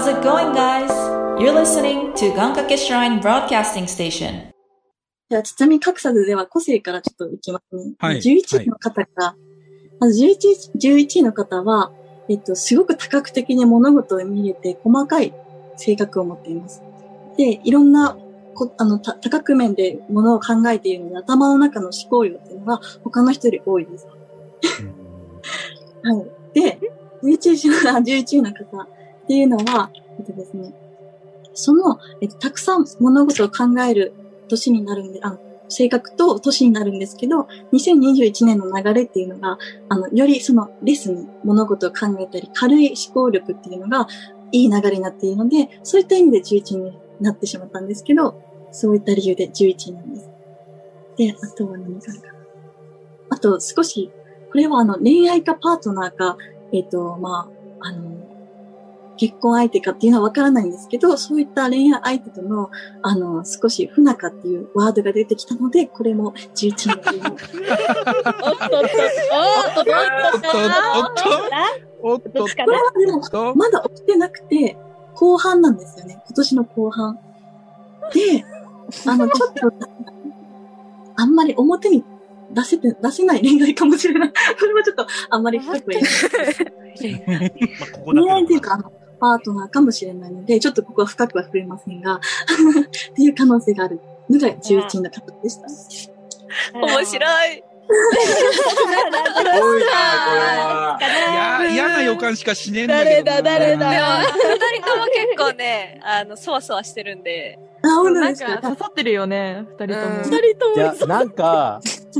How's it going, guys? You're listening to Gankake Shrine Broadcasting Station. じゃあ、包み隠さずでは個性からちょっといきますね。 はい。 11位の方が、まず11位の方は、すごく多角的に物事を見れて細かい性格を持っています。で、いろんな多角面で物を考えているので、頭の中の思考量っていうのが他の人より多いです。はい。で、11位の方っていうのは、ですね、たくさん物事を考える年になるんで、性格と年になるんですけど、2021年の流れっていうのが、よりレスに物事を考えたり、軽い思考力っていうのがいい流れになっているので、そういった意味で11位になってしまったんですけど、そういった理由で11位なんです。で、あとは何かあるかな。あと少し、これは恋愛かパートナーか、結婚相手かっていうのはわからないんですけど、そういった恋愛相手との、少し不仲っていうワードが出てきたので、これも11位になります。 おっとこれはでも、まだ起きてなくて、後半なんですよね。今年の後半。で、ちょっと、あんまり表に出せない恋愛かもしれない。これはちょっとあんまり深く言えない。恋愛っていうか、パートナーかもしれないので、ちょっとここは深くは触れませんが、っていう可能性があるのが11位の方でした。 面白い。 嫌な予感しかしねえんだけど。 誰だ。でも、二人とも結構ね、そわそわしてるんで。 なんか刺さってるよね、二人とも。 いや、なんか、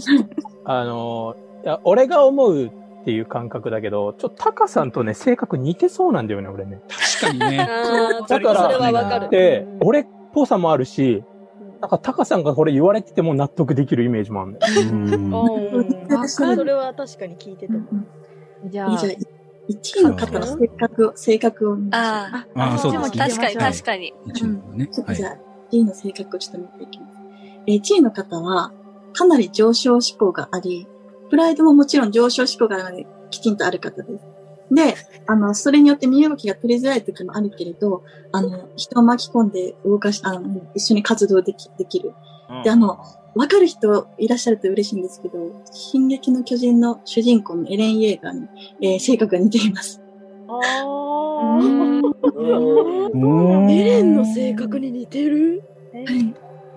俺が思うっていう感覚だけど、タカさんとね、性格似てそうなんだよね、俺ね。 確かにね。 だから、 それはわかる。 で、俺っぽさもあるし、なんかタカさんがこれ言われてても納得できるイメージもあるんだよ。 それは確かに聞いてても。 じゃあ、 1位の方の性格を見ましょう。 ああ、そうですね。確かに。 1位のね。 ちょっとじゃあ、1位の性格をちょっと見ていきます。1位の方は、かなり上昇志向があり、プライドももちろん上昇志向があるので、きちんとある方です。で、それによって身動きが取りづらい時もあるけれど、人を巻き込んで一緒に活動できる。で、わかる人いらっしゃると嬉しいんですけど、進撃の巨人の主人公のエレン・イェーガーに、性格が似ています。 エレンの性格に似てる？ はい。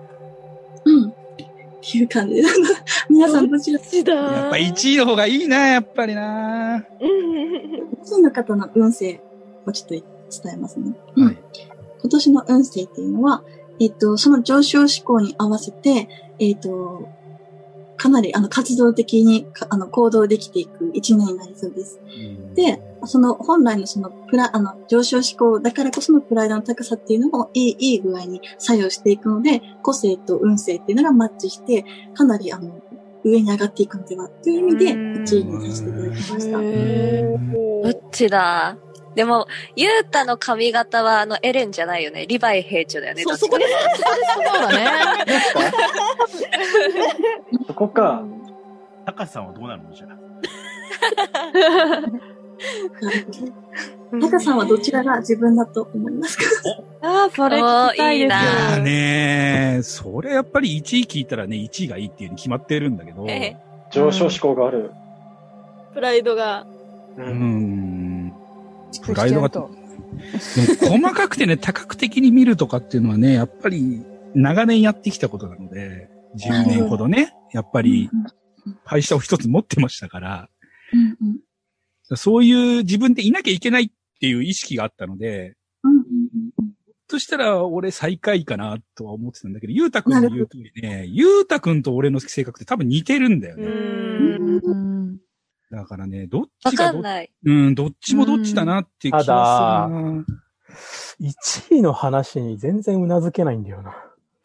っていう感じで。皆さんどちらだ？ やっぱ1位の方がいいな、やっぱりな。 1位の方の運勢をちょっと伝えますね。 はい。 今年の運勢っていうのは、その上昇志向に合わせて、かなり活動的に行動できていく一年になりそうです。で、本来の上昇志向だからこそのプライドの高さっていうのもいい具合に作用していくので、個性と運勢っていうのがマッチして、かなり上に上がっていくのではという意味で1位にさせていただきました。 どっちだ？でも、ユータの髪型はエレンじゃないよね。リヴァイ兵長だよね。 そこです。そうだね。 そこか。 タカさんはどうなるのじゃあ。 タカさんはどちらが自分だと思いますか？ それ聞きたいです。 いやね、それやっぱり1位聞いたらね、1位がいいっていうに決まってるんだけど。 上昇志向がある。 プライドが。 プライドが。でも細かくてね、多角的に見るとかっていうのはね、やっぱり長年やってきたことなので、10年ほどね、やっぱり会社を一つ持ってましたから、そういう自分でいなきゃいけないっていう意識があったので、そしたら俺最下位かなとは思ってたんだけど、ゆうたくんの言う通りね、ゆうたくんと俺の性格って多分似てるんだよね。だからね、どっちがどっちもどっちだなっていう気がするな。 1位の話に全然うなずけないんだよな。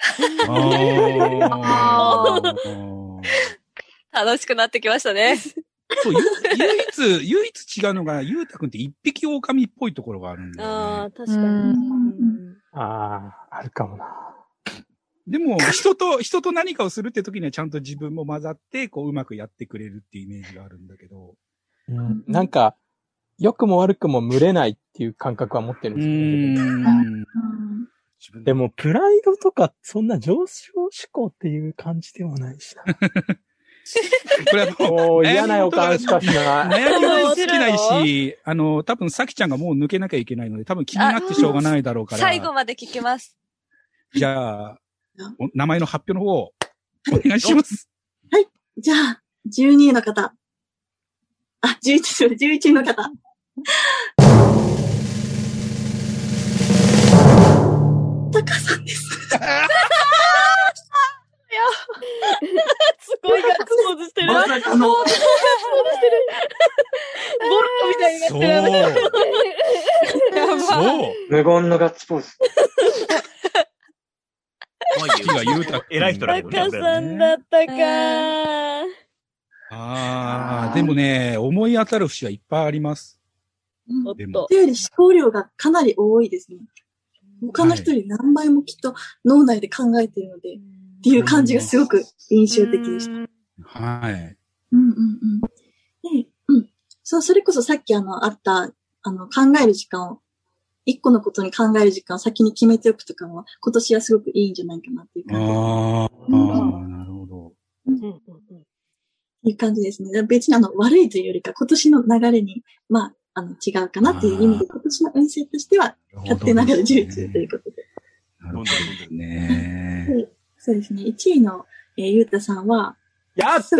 楽しくなってきましたね。 そう、唯一違うのが、ゆうたくんって一匹狼っぽいところがあるんだよね。 確かに。 あるかもな。 でも、人と何かをするって時にはちゃんと自分も混ざって、うまくやってくれるっていうイメージがあるんだけど。 なんか、 良くも悪くも群れないっていう感覚は持ってるんですよね。でも、プライドとか、そんな上昇志向っていう感じでもないしな。 これもう嫌な予感しかしない。 悩みも尽きないし、多分、さきちゃんがもう抜けなきゃいけないので、多分気になってしょうがないだろうから。 最後まで聞きます。 じゃあ、名前の発表の方を、お願いします。 はい。じゃあ、12位の方。あ、11位の方。タカさんです。 すごいガッツポーズしてる。 まさかの。 ボルトみたいになってる。やばい。 そう。 無言のガッツポーズ。 偉い人だけどね。 タカさんだったか。 でもね、思い当たる節はいっぱいあります。 でも。というより思考量がかなり多いですね。他の人より何倍もきっと脳内で考えてるので、っていう感じがすごく印象的でした。 はい。 で、そう、それこそさっきあった、考える時間を、一個のことに考える時間を先に決めておくとかは、今年はすごくいいんじゃないかなっていう感じ。 なるほど。 っていう感じですね。別に悪いというよりか、今年の流れに、違うかなっていう意味で、今年の運勢としては、勝手ながら11ということで。 なるほどね。 そうですね。1位の、ゆうたさんは、 やったー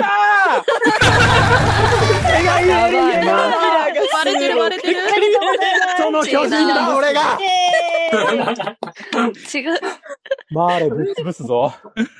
バレてるその巨人だ、俺が違う。 マーレぶっ潰すぞ。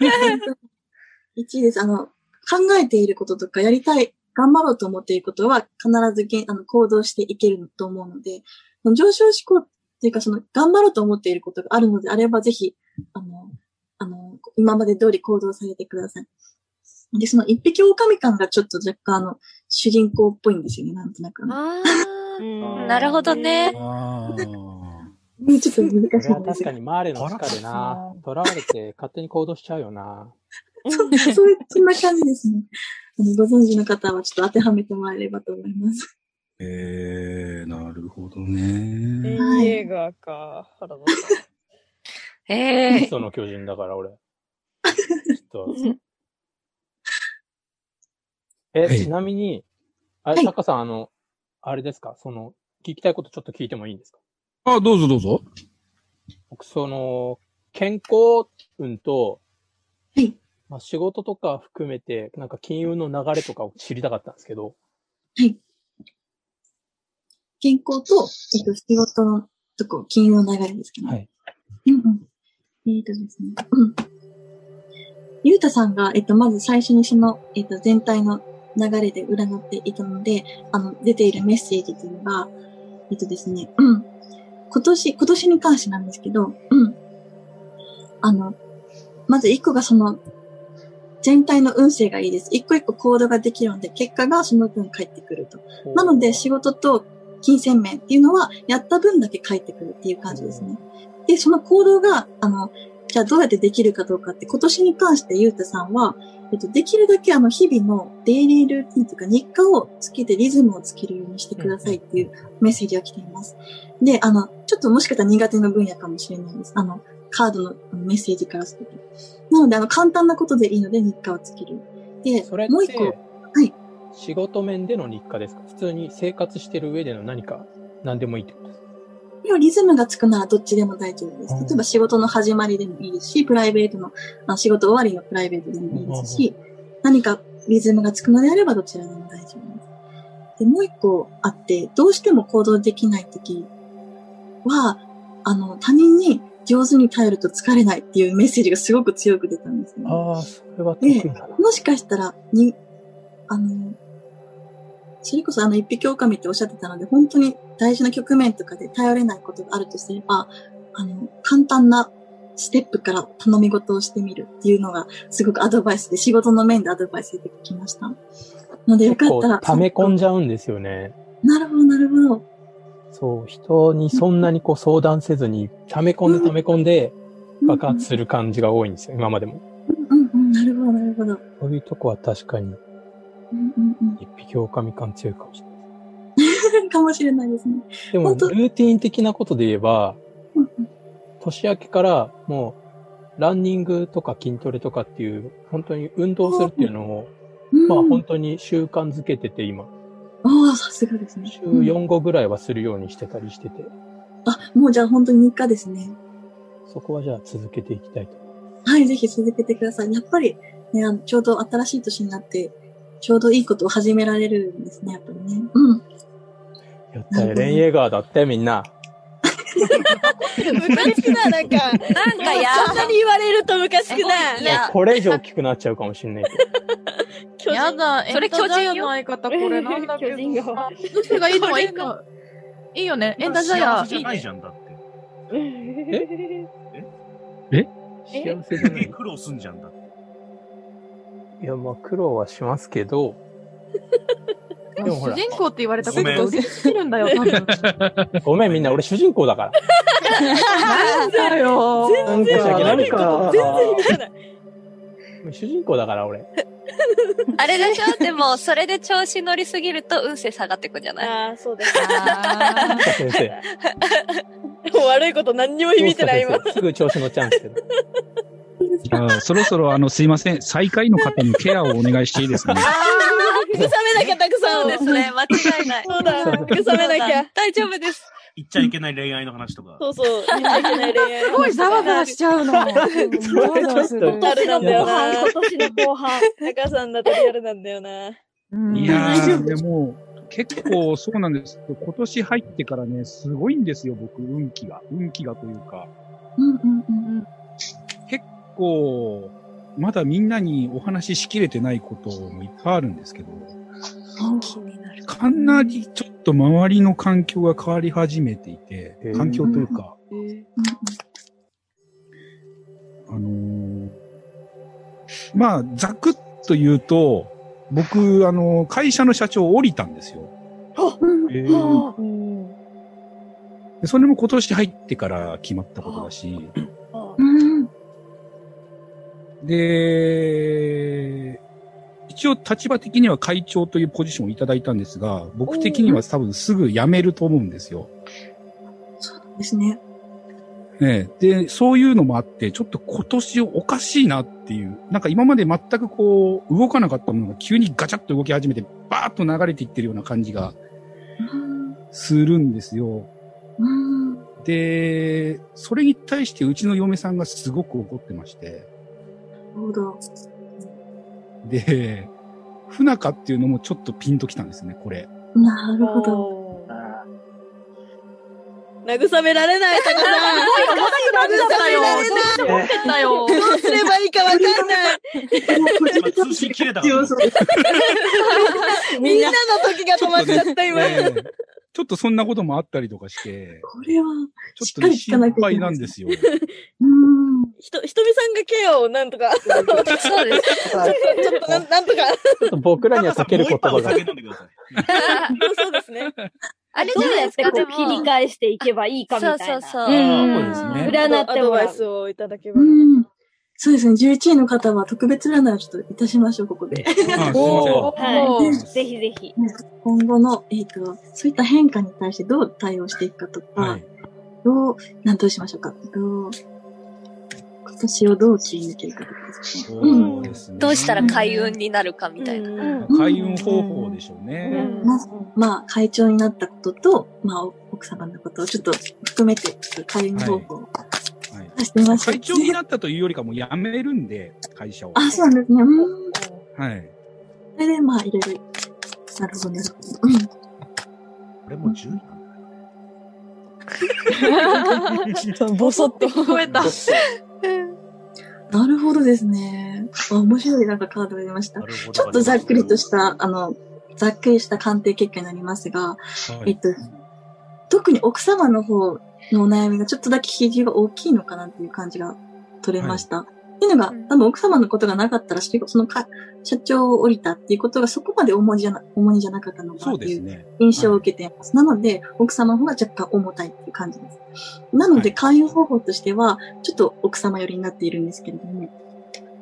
1位です。考えていることとか、やりたい、頑張ろうと思っていることは、必ず行動していけると思うので、上昇志向っていうか、頑張ろうと思っていることがあるのであれば、ぜひ、今まで通り行動されてください。で、その一匹狼感がちょっと若干主人公っぽいんですよね、なんとなく。 なるほどね。 ちょっと難しいんですよ。 確かにマーレの力でな、囚われて勝手に行動しちゃうよな。 そんな感じですね。ご存知の方はちょっと当てはめてもらえればと思います。 なるほどね。 映画か。原田さん。 その巨人だから俺。ちなみに、タカさん、あれですか、聞きたいことちょっと聞いてもいいんですか？ どうぞどうぞ。 僕、健康運と、 はい。 仕事とか含めて、なんか金運の流れとかを知りたかったんですけど。 はい。健康と、仕事のとこ、金運の流れですかね。 はい。 ですね。ゆうたさんが、まず最初に全体の流れで占っていたので、出ているメッセージというのが、ですね、今年に関してなんですけど、まず一個が全体の運勢がいいです。一個一個行動ができるので、結果がその分返ってくると。なので、仕事と金銭面っていうのは、やった分だけ返ってくるっていう感じですね。で、その行動が、じゃあどうやってできるかどうかって、今年に関してゆうたさんは、できるだけ日々のデイリールーティンというか日課をつけてリズムをつけるようにしてくださいっていうメッセージが来ています。で、ちょっともしかしたら苦手な分野かもしれないです。カードのメッセージからすると。なので、簡単なことでいいので日課をつける。で、 それってもう一個。はい。 仕事面での日課ですか？普通に生活してる上での何か、何でもいいってことですか？ リズムがつくならどっちでも大丈夫です。例えば仕事の始まりでもいいですし、プライベートの、仕事終わりのプライベートでもいいですし、何かリズムがつくのであればどちらでも大丈夫です。で、もう一個あって、どうしても行動できないときは、他人に上手に頼ると疲れないっていうメッセージがすごく強く出たんですね。 それは得意だな。 もしかしたら、それこそ一匹狼っておっしゃってたので、本当に大事な局面とかで頼れないことがあるとすれば、簡単なステップから頼み事をしてみるっていうのがすごくアドバイスで、仕事の面でアドバイスできました。のでよかったら。 溜め込んじゃうんですよね。 なるほど、なるほど。 そう、人にそんなに相談せずに、溜め込んで爆発する感じが多いんですよ、今までも。 なるほど、なるほど。 そういうとこは確かに、一匹狼感強いかもしれない。 かもしれないですね。 でも、ルーティン的なことで言えば、年明けからもう、ランニングとか筋トレとかっていう、本当に運動するっていうのを、まあ本当に習慣づけてて今。 ああ、さすがですね。 週4後ぐらいはするようにしてたりしてて。 あ、もうじゃあ本当に日課ですね。 そこはじゃあ続けていきたいと。 はい、ぜひ続けてください。やっぱりね、ちょうど新しい年になって、ちょうどいいことを始められるんですね、やっぱりね。うん。 やったエレン・イェガーだってみんな。 ムカつくな、なんかそんなに言われるとムカつくな。 いや、これ以上大きくなっちゃうかもしんないけど。 やだ、 それ巨人よ。 エンタジャイアの相方、これなんだけど。 巨人が。 どっちがいいのはいいの。いいよね、エンタジャイア。 幸せじゃないじゃんだって。 幸せじゃない。 苦労すんじゃんだって。 いや、まあ苦労はしますけど、でもほら。 主人公って言われたことが嬉しいるんだよ、多分。 ごめんみんな、俺主人公だから。 なんだよ。 全然悪いこと、全然言わない。 主人公だから、俺。 あれでしょでも、それで調子乗りすぎると運勢下がってくんじゃない？ ああ、そうです先生。 もう悪いこと何にも響いてない今。 すぐ調子乗っちゃうんですけど。 じゃあ、そろそろすいません。最下位の方にケアをお願いしていいですかね。 慰めなきゃたくさん。 そうですね。間違いない。 そうだ。慰めなきゃ。 大丈夫です。 言っちゃいけない恋愛の話とか。 そうそう。言っちゃいけない恋愛。 すごいザワザワしちゃうの。 リアルなんだよな。今年の後半。高さんだとリアルなんだよな。 いやー、でも、結構そうなんです。今年入ってからね、すごいんですよ、僕、運気がというか。結構、まだみんなにお話ししきれてないこともいっぱいあるんですけど、 気になる。 かなりちょっと周りの環境が変わり始めていて、環境というか、まあ、ざくっと言うと、僕、会社の社長を降りたんですよ。でそれも今年入ってから決まったことだし、で、一応立場的には会長というポジションをいただいたんですが、僕的には多分すぐ辞めると思うんですよ。 そうですね。 で、そういうのもあって、ちょっと今年おかしいなっていう、なんか今まで全くこう、動かなかったものが急にガチャッと動き始めて、バーッと流れていってるような感じがするんですよ。で、それに対してうちの嫁さんがすごく怒ってまして。 なるほど。 で、不仲っていうのもちょっとピンときたんですね、これ。 なるほど。 慰められない、高さん。慰められない。どうすればいいかわかんない。 通信切れたから。 みんなの時が止まっちゃった、今。 ちょっとそんなこともあったりとかして。 これは、 ちょっと心配なんですよ。 ひとみさんがケアをなんとか。そうです。ちょっとなんとか。 ちょっと僕らには避ける言葉が。 そうですね。 あれじゃないですか、 切り返していけばいいかみたいな。 そう。 占ってアドバイスをいただけば。 そうですね。11位の方は特別占いをちょっといたしましょう、ここで。 はい。ぜひぜひ。 今後の、そういった変化に対してどう対応していくかとか、どうしましょうか。今年をどう切り抜けるかとかですね。 どうしたら開運になるかみたいな。 開運方法でしょうね。 まあ、会長になったことと、まあ、奥様のことをちょっと含めて、開運方法をしてみましょう。 会長になったというよりかも辞めるんで、会社を。 あ、そうなんですね。 はい。 それで、まあ、いろいろ、なるほど、なるほど。 俺も10位なんだ。ボソッと聞こえた。 なるほどですね。面白いなんかカードが出ました。ちょっとざっくりとした、ざっくりした鑑定結果になりますが、特に奥様の方のお悩みがちょっとだけ比重が大きいのかなっていう感じが取れました。っていうのが、多分奥様のことがなかったら、その社長を降りたっていうことがそこまで重荷じゃなかったのかっていう印象を受けています。なので、奥様の方が若干重たいっていう感じです。なので、勧誘方法としては、ちょっと奥様寄りになっているんですけれども、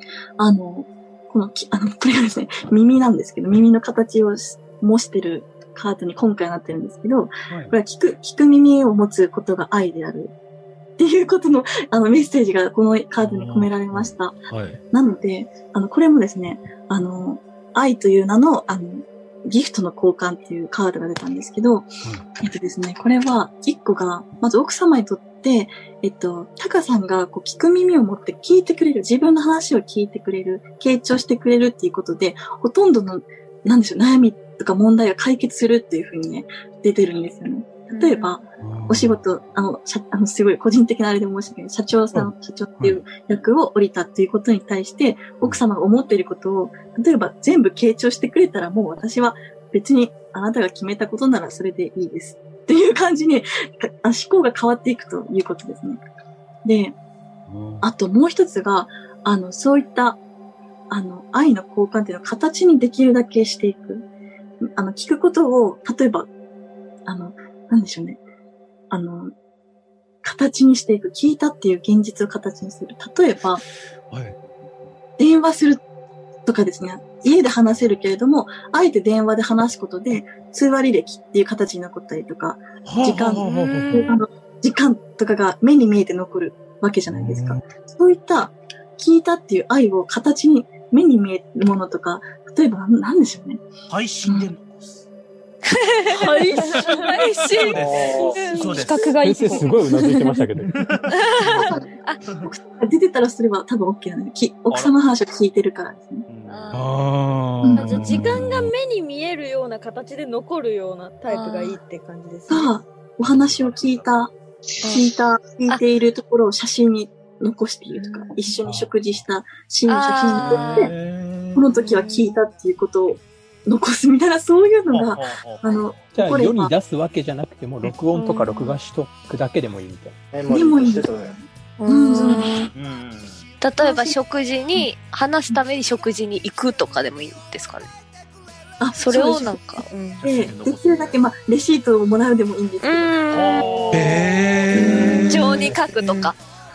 これがですね、耳なんですけど、耳の形を模してるカードに今回なってるんですけど、これは聞く耳を持つことが愛である。っていうことの、メッセージがこのカードに込められました。はい。なので、これもですね、愛という名の、ギフトの交換っていうカードが出たんですけど、ですね、これは、一個が、まず奥様にとって、タカさんがこう聞く耳を持って聞いてくれる、自分の話を聞いてくれる、傾聴してくれるっていうことで、ほとんどの、なんでしょう、悩みとか問題が解決するっていうふうにね、出てるんですよね。例えば、お仕事、すごい個人的なあれで申し訳ない。社長っていう役を降りたっていうことに対して、奥様が思っていることを、例えば全部傾聴してくれたらもう私は別にあなたが決めたことならそれでいいです。っていう感じに、思考が変わっていくということですね。で、あともう一つが、そういった、愛の交換っていうのを形にできるだけしていく。聞くことを、例えば、なんでしょうね。形にしていく。聞いたっていう現実を形にする。例えば、電話するとかですね。家で話せるけれども、あえて電話で話すことで、通話履歴っていう形に残ったりとか、時間とかが目に見えて残るわけじゃないですか。そういった聞いたっていう愛を形に目に見えるものとか、例えば何でしょうね。 配信でも。 配信そうです。 企画がいい。 先生すごいうなずいてましたけど。 出てたらそれは多分 OK なので、奥様の話を聞いてるからですね。 じゃあ時間が目に見えるような形で残るようなタイプがいいって感じですね。 お話を聞いているところを写真に残しているとか、一緒に食事したシーンを写真に撮って、この時は聞いたっていうことを残すみたいな、そういうのが、 じゃあ世に出すわけじゃなくても、録音とか録画しとくだけでもいいみたいな。 でもいい。 例えば食事に、話すために食事に行くとかでもいいんですかね。それをなんか。 できるだけ、レシートをもらうでもいいんですけど。 情に書くとか。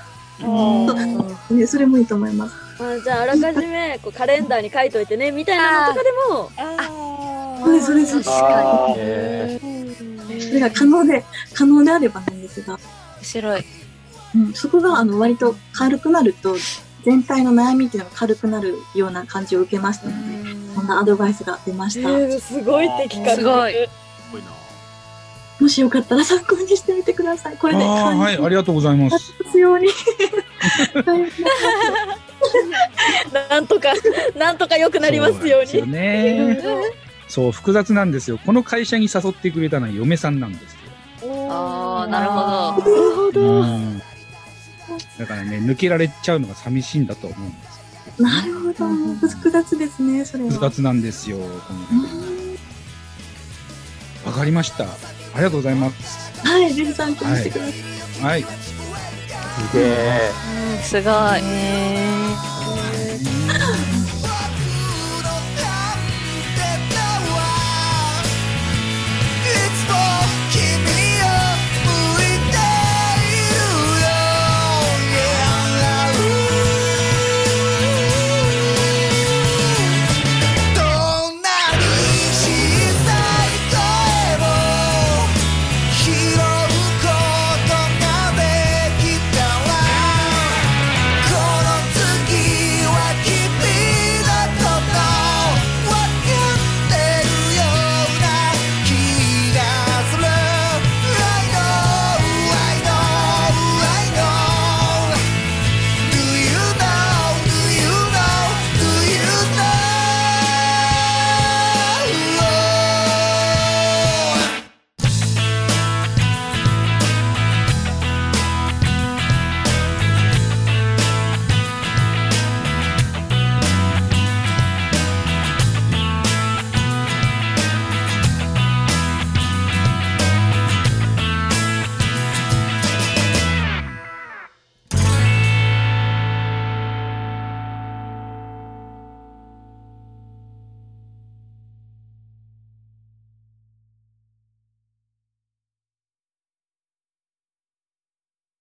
それもいいと思います。 じゃあ、あらかじめカレンダーに書いといてね、みたいなのとかでも。 それ。確かに。それが可能であればなんですが。 面白い。 そこが、割と軽くなると、全体の悩みっていうのが軽くなるような感じを受けましたので、こんなアドバイスが出ました。 すごい的確。 すごい。 もしよかったら参考にしてみてください。これで。 はい、ありがとうございます。 ように。 なんとか良くなりますように。 そうね。そう、複雑なんですよ。この会社に誘ってくれたのは嫁さんなんですよ。 なるほど。 なるほど。 だからね、抜けられちゃうのが寂しいんだと思うんです。 なるほど。複雑ですね、それは。 複雑なんですよ。わかりました。ありがとうございます。 はい、ぜひ参考にしてください。 はい。 すげえ。 すごい。